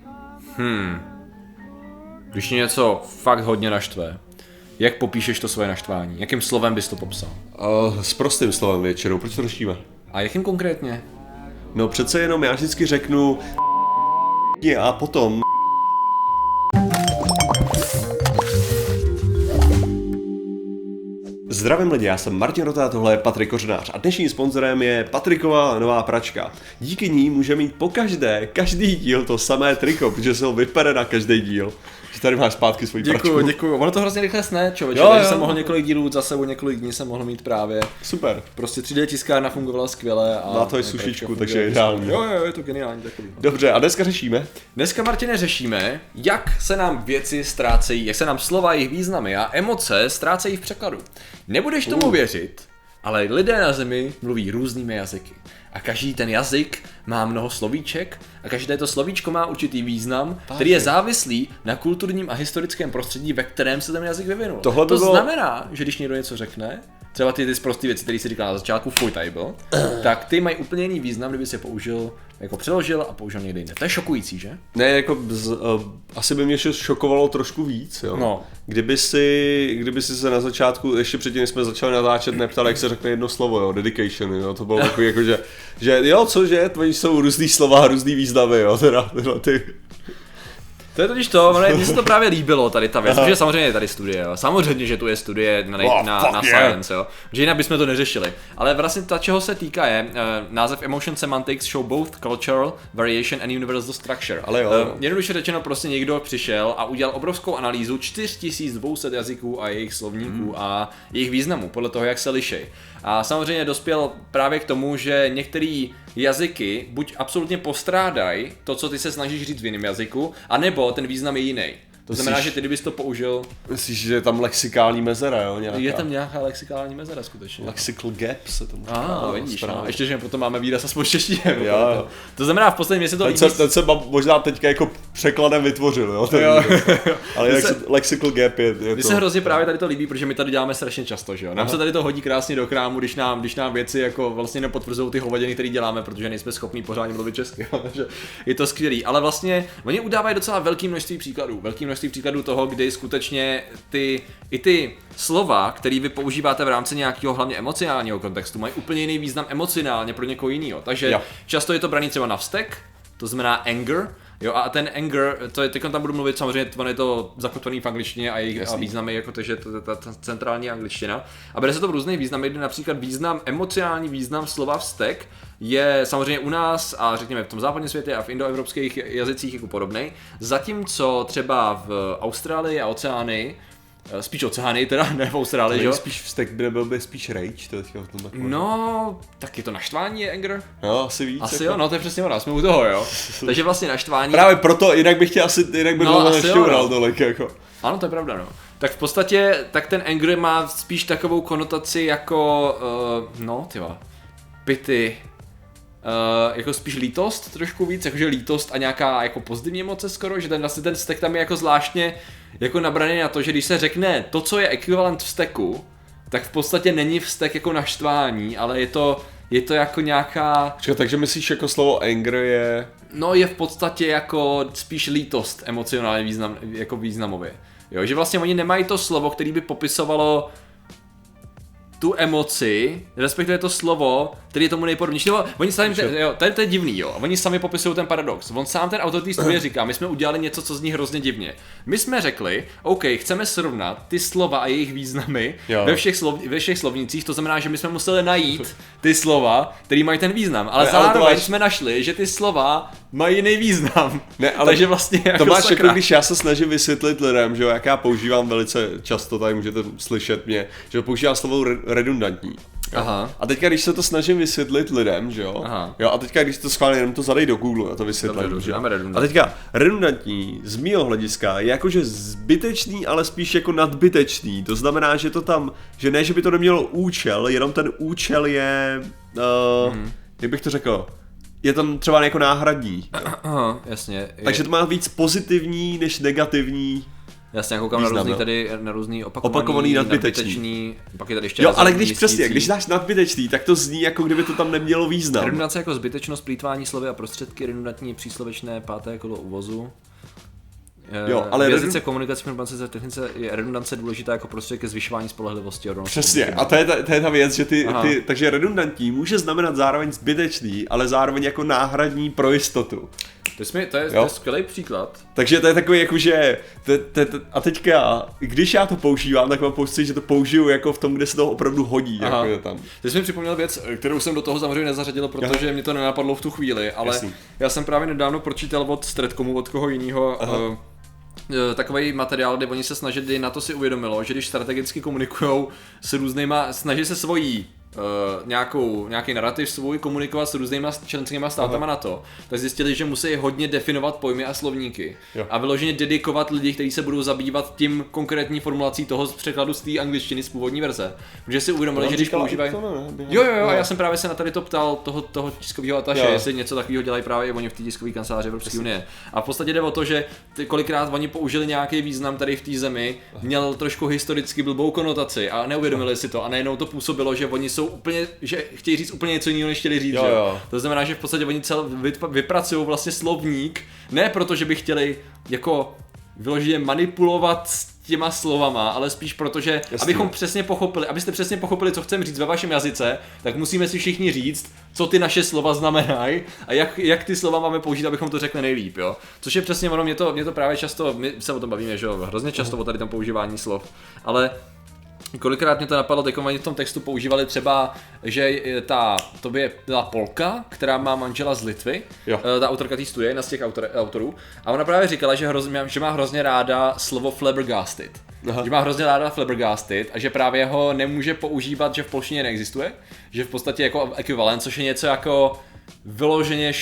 Když tě něco fakt hodně naštve, jak popíšeš to svoje naštvání? Jakým slovem bys to popsal? S prostým slovem většinou, proč to řešíme? A jakým konkrétně? No přece jenom já vždycky řeknu a potom Zdravím lidi, já jsem Martin Rota, tohle je Patrik Kořenář a dnešním sponzorem je Patrikova nová pračka. Díky ní může mít každý díl to samé triko, protože se ho vypere na každý díl. Že tady máš zpátky svoji pračku. Děkuju. Ono to hrozně rychle sne, člověče, takže jsem mohl několik dílů za sebou, několik dní jsem mohl mít právě. Super. Prostě 3D tiskárna fungovala skvěle. A má to i sušičku, takže je ideální. Jo, je to geniální takový. Dobře, a dneska řešíme? Dneska, Martine, řešíme, jak se nám věci ztrácejí, jak se nám slova, jejich významy a emoce ztrácejí v překladu. Nebudeš tomu věřit, ale lidé na Zemi mluví různými jazyky. A každý ten jazyk má mnoho slovíček a každé to slovíčko má určitý význam, který je závislý na kulturním a historickém prostředí, ve kterém se ten jazyk vyvinul. To znamená, že když někdo něco řekne, třeba ty prostý věci, které si říkal na začátku, fuj tady byl, tak ty mají úplně jiný význam, kdyby si je použil, jako přeložil a použil někde jinde. To je šokující, že? Ne, jako asi by mě šokovalo trošku víc, jo. No. Kdyby si se na začátku, ještě předtím, než jsme začali natáčet, neptal, jak se řekne jedno slovo, jo, dedication, jo, to bylo takový jako, že jo, cože, tvoji jsou různý slova, různý významy, jo, teda ty. To je totiž to, mně se to právě líbilo tady ta věc, protože samozřejmě je tady studie, jo. Samozřejmě, že tu je studie na Science, jo. Že jinak bychom to neřešili. Ale vlastně ta, čeho se týká je, název Emotion Semantics show both cultural variation and universal structure. Ale jo. Jednoduše řečeno, prostě někdo přišel a udělal obrovskou analýzu 4200 jazyků a jejich slovníků a jejich významů, podle toho, jak se lišej. A samozřejmě dospěl právě k tomu, že některé jazyky buď absolutně postrádají to, co ty se snažíš říct v jiném jazyku, anebo ten význam je jiný. To znamená, že ty kdybys to použil... Myslíš, že je tam lexikální mezera, jo? Nějaká? Je tam nějaká lexikální mezera skutečně. Lexical gap se tomu vidíš, no. Ještě, že potom máme výraz aspoň češtině. To znamená, v posledním měsíci to líbí... Ten se možná teďka jako překladem vytvořil, jo? Ale lexical gap je to... Mně se hrozně právě tady to líbí, protože my tady děláme strašně často, že jo? Nám se tady to hodí krásně do krámu, když nám věci jako vlastně nepotvrzují ty hovadiny, které děláme, protože nejsme schopní pořádně mluvit česky, takže je to skvělý. Ale vlastně oni udávají docela velké množství příkladů toho, kdy skutečně ty slova, které vy používáte v rámci nějakého hlavně emocionálního kontextu, mají úplně jiný význam emocionálně pro někoho jiného. Takže často je to braný třeba na vztek, to znamená anger, jo, a ten anger, to je, teď tam budu mluvit samozřejmě, je to zakotvený v angličtině a jejich významy, jako takže ta centrální angličtina. A bere se to v různých významech, kdy například emocionální význam slova vztek je samozřejmě u nás a řekněme v tom západním světě a v indoevropských jazycích jako podobnej, zatímco třeba v Austrálii a Oceánii, spíš oceány, teda ne v Austrálii, že jo? Spíš vztek byl by spíš rage, to je v tom. No, tak je to naštvání, je anger? Jo, asi víc. Asi jako. Jo, no to je přesně ono, jsme u toho, jo. Takže vlastně naštvání... Právě proto, jinak bych nešťoural tolik, jako. Ano, to je pravda, no. Tak v podstatě, tak ten anger má spíš takovou konotaci jako, pity, jako spíš lítost trošku víc, jakože lítost a nějaká jako pozitivní emoce skoro, že ten vztek tam je jako zvláštně jako nabraný na to, že když se řekne to, co je ekvivalent vzteku, tak v podstatě není vztek jako naštvání, ale je to jako nějaká... Takže myslíš jako slovo anger je... No je v podstatě jako spíš lítost emocionálně jako významově. Jo, že vlastně oni nemají to slovo, který by popisovalo tu emoci, respektive to slovo, který je tomu nejpodobnější. Oni sami, to je divný, jo. Oni sami popisují ten paradox. On sám ten autor té studie říká, my jsme udělali něco, co zní hrozně divně. My jsme řekli, OK, chceme srovnat ty slova a jejich významy ve všech slovnících, to znamená, že my jsme museli najít ty slova, které mají ten význam, ale zároveň jsme našli, že ty slova mají jiný význam. Ne, ale takže vlastně jako to máš jako, když já se snažím vysvětlit lidem, že jo, jak já používám velice často, tady můžete slyšet mě, že používám slovo redundantní. Aha. A teďka, když se to snažím vysvětlit lidem, že jo? Aha. Jo, a teďka, když to schválně jenom to zadej do Google a to vysvětlím. Dobře, a teďka, redundantní z mýho hlediska je jakože zbytečný, ale spíš jako nadbytečný. To znamená, že to tam, že ne, že by to nemělo účel, jenom ten účel je, jak bych to řekl, je tam třeba jako náhradní. Aha, jasně. Takže to má víc pozitivní než negativní Jasně, koukám na různý opakovaný nadbytečný. Pak je tady ještě ale když dáš nadbytečný, tak to zní, jako kdyby to tam nemělo význam. Redundace jako zbytečnost, plýtvání slovy a prostředky, redundantní příslovečné páté kolo uvozu. Ale v jazyce komunikace informace technice je redundance důležitá jako prostředek ke zvyšování spolehlivosti. Přesně, a to je ta věc, že takže redundantní může znamenat zároveň zbytečný, ale zároveň jako náhradní pro jistotu. To je skvělý příklad. Takže to je takový jakože, a teďka, když já to používám, tak mám pocit, že to použiju jako v tom, kde se to opravdu hodí. Jako tam. Ty jsi mi připomněl věc, kterou jsem do toho samozřejmě nezařadil, protože mě to nenapadlo v tu chvíli, ale já jsem právě nedávno pročítal od Stratcomu, od koho jinýho, takový materiál, kde oni se snažili, na to si uvědomilo, že když strategicky komunikujou s různýma, snaží se svojí nějaký narrativ svůj komunikovat s různýma členskýma státama na to, tak zjistili, že musí hodně definovat pojmy a slovníky a vyloženě dedikovat lidi, kteří se budou zabývat tím konkrétní formulací toho z překladu z té angličtiny z původní verze. Protože si uvědomili, že když používají... Jo, a já jsem právě se na tady to ptal toho tiskového ataše, jestli něco takového dělají právě oni v té tiskové kanceláři Evropské unie. A v podstatě jde o to, že kolikrát oni použili nějaký význam tady v té zemi, měl trošku historicky blbou konotaci a neuvědomili si to a najednou to působilo, že oni jsou úplně, že chtějí říct úplně něco jiného, než chtěli říct, jo. To znamená, že v podstatě oni vypracují vlastně slovník, ne proto, že by chtěli jako vyloženě manipulovat s těma slovama, ale spíš proto, že abyste přesně pochopili, co chceme říct ve vašem jazyce, tak musíme si všichni říct, co ty naše slova znamenají a jak ty slova máme použít, abychom to řekli nejlíp, jo. Což je přesně ono, mě to právě často, my se o tom bavíme, že jo, hrozně často o tady tom používání slov, ale kolikrát mě to napadlo, tak oni v tom textu používali třeba, že to by byla Polka, která má manžela z Litvy, ta autorka té studie, jedna z těch autorů, a ona právě říkala, že má hrozně ráda slovo flabbergasted. Že má hrozně ráda flabbergasted a že právě ho nemůže používat, že v polštině neexistuje, že v podstatě jako ekvivalent, což je něco jako vyloženě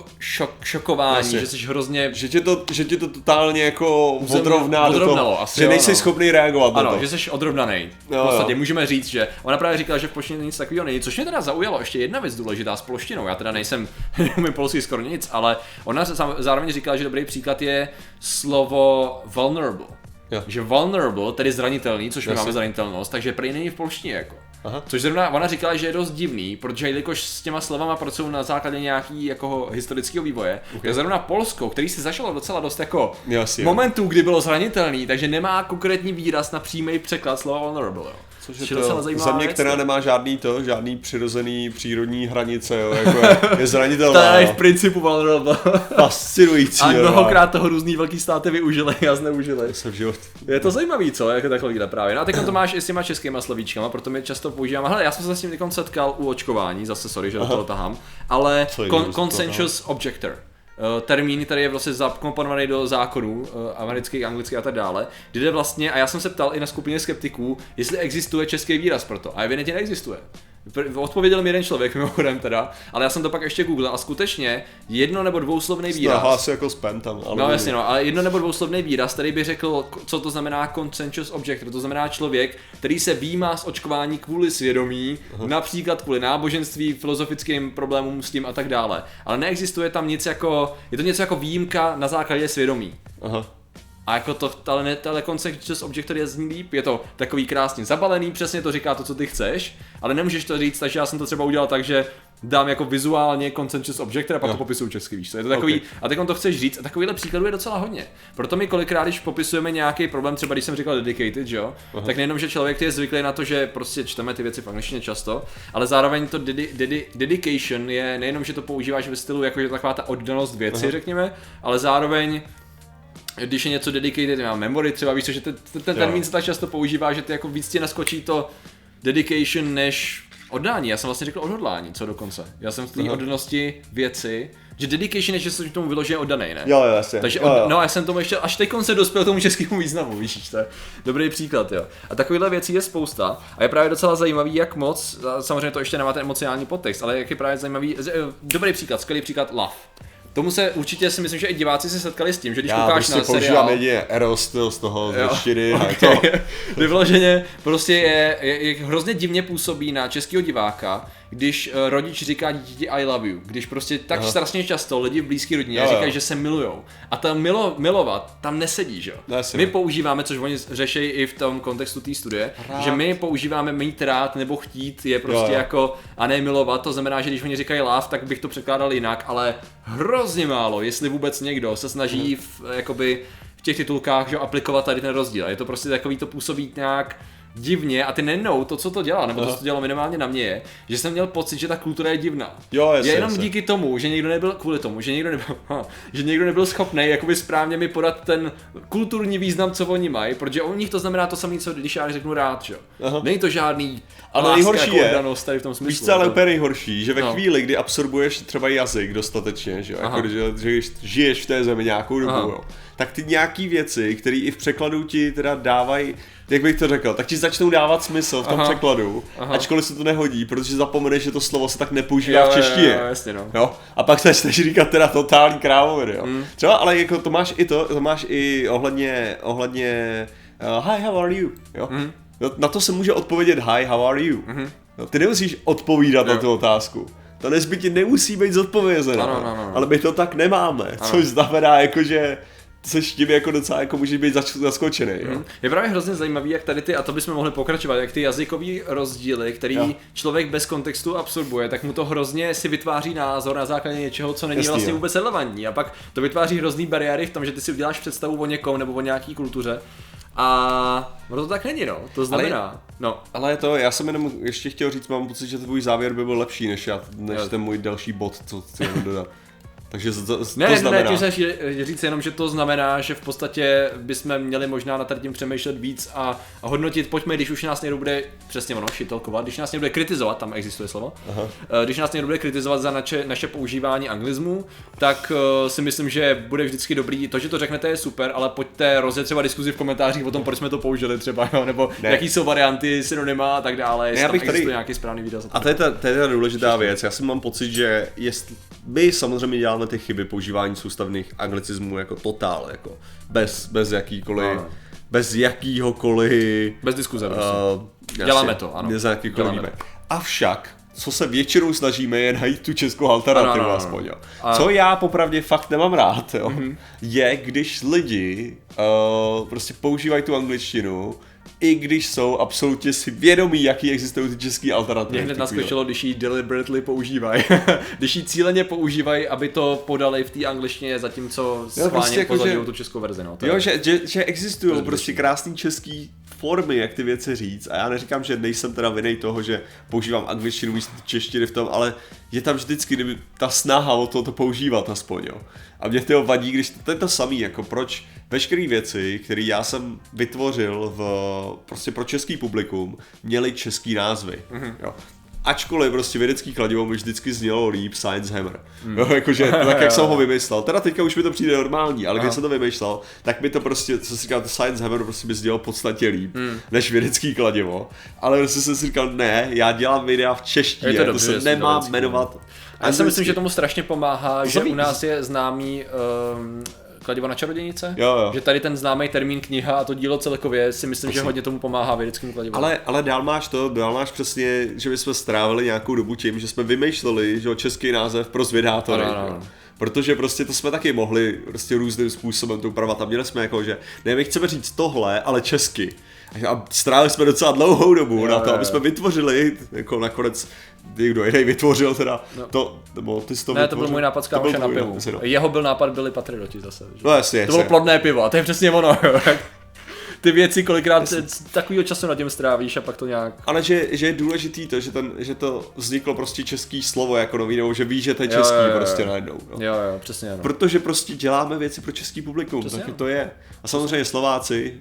šokování, že jsi hrozně... Že tě to totálně jako odrovnalo asi, že nejsi schopný reagovat na to. Že jsi odrovnaný. V podstatě můžeme říct, že ona právě říkala, že v polštině nic takového není, což mě teda zaujalo. Ještě jedna věc důležitá s polštinou, já teda neumím polsky skoro nic, ale ona zároveň říkala, že dobrý příklad je slovo vulnerable. Že vulnerable, tedy zranitelný, což my máme zranitelnost, takže prý není v polštině jako. Což zrovna ona říkala, že je dost divný, protože jelikož s těma slovama pracují na základě nějaký jako historického vývoje, je zrovna Polsko, který si zašlo docela dost jako momentů, kdy bylo zranitelný, takže nemá konkrétní výraz na přímý překlad slova vulnerable, jo. Což je to země, která nemá žádný přirozený přírodní hranice, jo, jako je zranitelná. To je v principu vulnerable. Fascinující. A mnohokrát toho různý velký státy využili a zneužili. Je to zajímavý, co? Jak takovýhle právě. No a teď to máš i s těma českýma slovíčkama, proto my často používám. Hele, já jsem se s tím teď setkal u očkování, zase sorry, že do toho tahám, ale consensus objector. Termín, který je vlastně zakomponovaný do zákonů amerických, anglických a tak dále, kde jde vlastně, a já jsem se ptal i na skupině skeptiků, jestli existuje český výraz pro to, a evidentně neexistuje. Odpověděl mi jeden člověk, mimochodem teda, ale já jsem to pak ještě googlil a skutečně jedno- nebo dvouslovný výraz. Hlásí jako spam tam. Ale no jasně, no, ale jedno- nebo dvouslovný výraz, který by řekl, co to znamená consensus objector, to znamená člověk, který se výjímá z očkování kvůli svědomí, například kvůli náboženství, filozofickým problémům s tím a tak dále. Ale neexistuje tam nic jako, je to něco jako výjimka na základě svědomí. A jako ale consensus objector je zní líp, je to takový krásně zabalený, přesně to říká to, co ty chceš, ale nemůžeš to říct, takže já jsem to třeba udělal tak, že dám jako vizuálně consensus objector a pak to popisuju česky, víš co, je to takový, a teď on to chceš říct a takovýhle příkladů je docela hodně. Proto my kolikrát, když popisujeme nějaký problém, třeba když jsem říkal dedicated, že jo, tak nejenom, že člověk je zvyklý na to, že prostě čteme ty věci v angličtině často, ale zároveň to dedication je nejenom, že to používáš ve stylu, jakože taková ta oddanost věci, řekněme, ale zároveň když je něco dedicated, má memory třeba, víš co, že ten termín se tak často používá, že ty jako víc ti naskočí to dedication než oddání. Já jsem vlastně řekl odhodlání, co dokonce. Já jsem v té oddanosti věci, že dedication je, že jsem tomu vyloženě oddanej, ne? Jo, jasně. Takže no, já jsem tomu ještě, až teď se dospěl tomu českému významu, víš, to je dobrý příklad, jo. A takovýhle věcí je spousta a je právě docela zajímavý, jak moc, samozřejmě to ještě nemá ten emocionální podtext, ale jak je právě zajímavý, dobrý příklad, skvělý příklad love. Tomu se určitě si myslím, že i diváci se setkali s tím, že když koukáš na seriál... Já používám jedině Eros z toho ze 4 Vyvloženě prostě je hrozně divně působí na českého diváka, když rodič říká dítěti I love you, když prostě tak strašně často lidi v blízké rodině říkají, že se milujou. A ta milovat tam nesedí, že jo? My používáme, což oni řeší i v tom kontextu té studie, že my používáme mít rád nebo chtít je prostě jako a ne milovat, to znamená, že když oni říkají love, tak bych to překládal jinak, ale hrozně málo, jestli vůbec někdo se snaží jakoby v těch titulkách, že aplikovat tady ten rozdíl. Je to prostě takový, to působí nějak divně a ty nejednou to, co to dělá, nebo to, co to dělalo minimálně na mě je, že jsem měl pocit, že ta kultura je divná. Je jenom díky tomu, že někdo nebyl, kvůli tomu, že někdo nebyl schopný jakoby správně mi podat ten kulturní význam, co oni mají, protože u nich to znamená to samé, co když já řeknu rád, že? Není to žádný ale nejhorší je, tady v tom smyslu. Víš co, ale úplně nejhorší, že ve chvíli, kdy absorbuješ třeba jazyk dostatečně, že jo, jako, že žiješ v té zemi nějakou dobu, jo, tak ty nějaký věci, které i v překladu ti teda dávají, jak bych to řekl, tak ti začnou dávat smysl v tom překladu, ačkoliv se to nehodí, protože zapomeneš, že to slovo se tak nepoužívá v češtině. Jasně, jo? A pak začneš říkat teda totální krávoviny, jo. Třeba, ale jako to máš i ohledně hi, how are you, jo. Na to se může odpovědět hi, how are you. No, ty nemusíš odpovídat na tu otázku. To nezbytně nemusí být zodpovězeno, ale my to tak nemáme, což znamená jakože seš tím jako docela jako můžeš být zaskočený. Jo? Je právě hrozně zajímavý, jak tady ty, a to bychom mohli pokračovat, jak ty jazykový rozdíly, který člověk bez kontextu absorbuje, tak mu to hrozně si vytváří názor na základě něčeho, co není vlastně vůbec relevantní. A pak to vytváří hrozný bariéry v tom, že ty si uděláš představu o někom nebo o nějaký kultuře. A to tak není, no. To znamená, Ale já jsem jenom ještě chtěl říct, mám pocit, že tvůj závěr by byl lepší, než ten můj další bod, co chci dodat. Takže to znamená... Ne, tím se říct jenom, že to znamená, že v podstatě bychom měli možná nad tím přemýšlet víc a hodnotit, pojďme, když už nás někdo bude, přesně šitelkovat, když nás někdo bude kritizovat, tam existuje slovo, když nás někdo bude kritizovat za naše používání anglismu, tak si myslím, že bude vždycky dobrý, to, že to řeknete je super, ale pojďte rozjet třeba diskuzi v komentářích o tom, proč jsme to použili třeba, nebo jaký jsou varianty, synonyma a tak dále, jestli tam existuje nějaký správný výraz. A to je ta důležitá věc, já si mám pocit, že my samozřejmě děláme ty chyby používání soustavných anglicismů jako totál, jako bez jakýkoliv, bez jakýhokoliv... Bez diskuze prostě. Děláme to, ano. Avšak, co se většinou snažíme, je najít tu českou alternativu aspoň, jo. Co já popravdě fakt nemám rád, jo, je, když lidi prostě používají tu angličtinu, i když jsou absolutně si vědomí, jaký existují ty český alternativy. Mě hned naskočilo, když ji deliberately používají. Když ji cíleně používají, aby to podali v té angličtině, zatímco schválně prostě pozadí tu českou verzi. No, jo, že existují prostě krásný český formy, jak ty věci říct. A já neříkám, že nejsem teda vinej toho, že používám angličtinu místo češtiny v tom, ale je tam vždycky ta snaha o to používat aspoň, jo. A mě to vadí, když to je to samý, jako proč veškeré věci, které já jsem vytvořil prostě pro český publikum, měly český názvy, jo. Ačkoliv prostě vědecký kladivo mi vždycky znělo líp Science Hammer. Jo, jakože tak, jak jsem ho vymyslel. Teda teďka už mi to přijde normální, ale když jsem to vymýšlel, tak mi to prostě, co si říkal, to Science Hammer prostě by znělo podstatě líp, než vědecký kladivo. Ale prostě jsem si říkal, ne, já dělám videa v češtině, to se nemá jmenovat. A já si myslím, že tomu strašně pomáhá, že u nás je známý kladivo na čarodějnice, že tady ten známý termín kniha a to dílo celkově si myslím, že hodně tomu pomáhá vědeckým kladivům. Ale dál máš přesně, že my jsme strávili nějakou dobu tím, že jsme vymýšleli, že český název pro zvědátory. Protože prostě to jsme taky mohli prostě různým způsobem to upravovat a měli jsme jako, že ne, my chceme říct tohle, ale česky. A strávili jsme docela dlouhou dobu na to, aby jsme vytvořili, jako nakonec někdo jiný vytvořil teda to, nebo ty jsi to vytvořil. To byl můj nápad z kámoše na pivu. Jeho byl nápad byli Patrioti zase. Že? No jasně. To bylo plodné pivo a to je přesně ono. Ty věci kolikrát takovýho času nad tím strávíš a pak to nějak... Ale že je důležitý to, že to vzniklo prostě český slovo jako nový, nebo že víš, že to je český prostě najednou. Jo, přesně ano. Protože prostě děláme věci pro český publikum, přesně taky to je. A samozřejmě Slováci,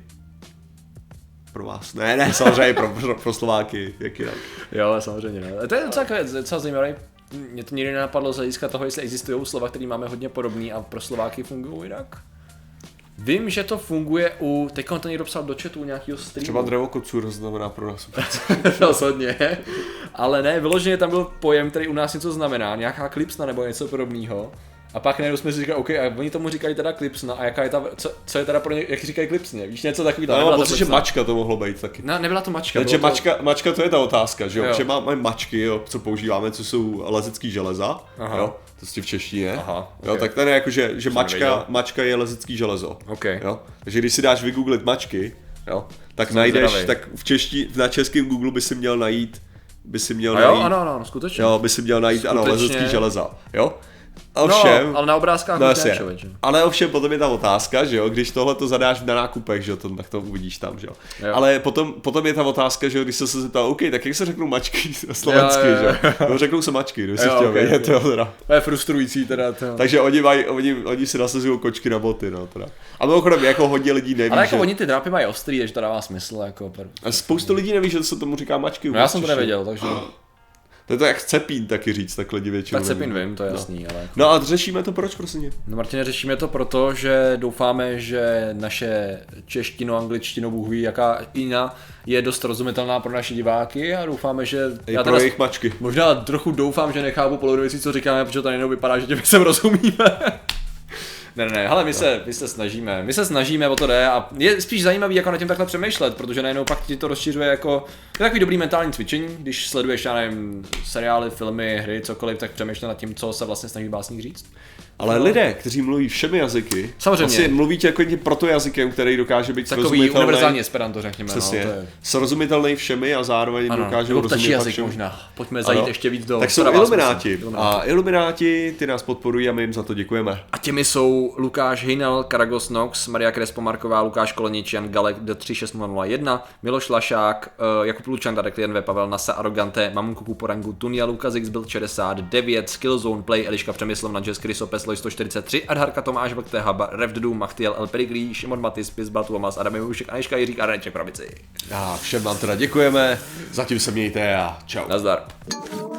pro vás. Ne, samozřejmě pro Slováky, jak jinak. Jo, samozřejmě ne. To je docela zajímavé. Mě to nikdy nenapadlo z hlediska toho, jestli existují slova, které máme hodně podobný a pro Slováky fungují jinak. Vím, že to funguje teď to někdo psal do chatu nějakého streamu. Třeba drevokocůr znamená pro nás. Rozhodně. Ale ne, vyloženě tam byl pojem, který u nás něco znamená, nějaká klipsna nebo něco podobného. A pak najednou jsme si říkali, OK, a oni tomu říkají teda klipsna, a jaká je ta, co je teda pro ně, jak říkají klipsně, víš, něco takového. No, mám pocit, že mačka to mohlo být taky. No, nebyla to mačka. Takže mačka to je ta otázka, že jo, že máme mačky, jo, co používáme, co jsou lezecký železa, jo, to je v češtině, okay. Jo, tak ten je jako, že mačka je lezecký železo, okay. Jo, takže když si dáš vygooglit mačky, jo, tak najdeš, tak na českém Google by si měl najít, ano, skutečně. Jo, by si měl najít, ano, lezecký železa, jo. Ovšem, no, ale na obrázkách no, ale ovšem potom je ta otázka, že jo, když tohle to zadáš na nákupech, že jo, tak to uvidíš tam, že jo. Ale potom je ta otázka, že jo, když se zeptal, OK, tak jak se řeknou mačky slovensky, že jo. No, řeknou se mačky, když jsi chtěl vědět, jo, teda. To je frustrující teda, to. Takže oni si nasazují kočky na boty, no, teda. A mimochodem, jako hodně lidí neví, ale jako že... oni ty drápy mají ostrý, takže to dává smysl, jako... A spoustu lidí neví, že se tomu říká mačky. No já jsem to nevěděl, takže... To je to jak cepín taky říct, tak lidi většinou. Tak cepín vím, to je jasný, ale... No a řešíme to proč, prosím? No Martine, řešíme to proto, že doufáme, že naše češtino, angličtino, Bůh ví, jaká jiná je dost rozumitelná pro naše diváky a doufáme, že... I pro jejich mačky. Možná trochu doufám, že nechápu polovinu věcí, co říkáme, protože to jenom vypadá, že těm sem rozumíme. Ne, hele, my se snažíme, o to jde a je spíš zajímavý jako nad tím takhle přemýšlet, protože najednou pak ti to rozšiřuje jako, je takový dobrý mentální cvičení, když sleduješ, já nevím, seriály, filmy, hry, cokoliv, tak přemýšlej nad tím, co se vlastně snaží básník říct. Ale lidé, kteří mluví všemi jazyky, samozřejmě vlastně mluví jako proto jazykem, který dokáže být takový univerzální esperanto, řekněme. Přesně, srozumitelný všemi a zároveň dokáže rozumět jazyk všem. Možná. Pojďme zajít ještě víc do... Tak jsou ilumináti. A ilumináti, ty nás podporují a my jim za to děkujeme. A těmi jsou Lukáš Hejnal, Karagos Nox, Maria Krespo Marková, Lukáš Kolenič, Jan Galek, D36001, Miloš Lašák, Jakub Lučan, Darek Lienve, Pavel Nasa, Arogante, Mamunku Kuporangu, Tunia, Lukazix byl 69, Skillzone Play, Eliška Přemyslovna, Jess Krysopes, Loj 143, Adharka Tomáš, Vlk Haba, Revddu, Machtiel, El Periglí, Šimon Matis, Pizbal, Tuomas, Adam Jevušek, Aneška Jiřík a Reneček Pravici. A všem vám teda děkujeme, zatím se mějte a čau. Nazdar.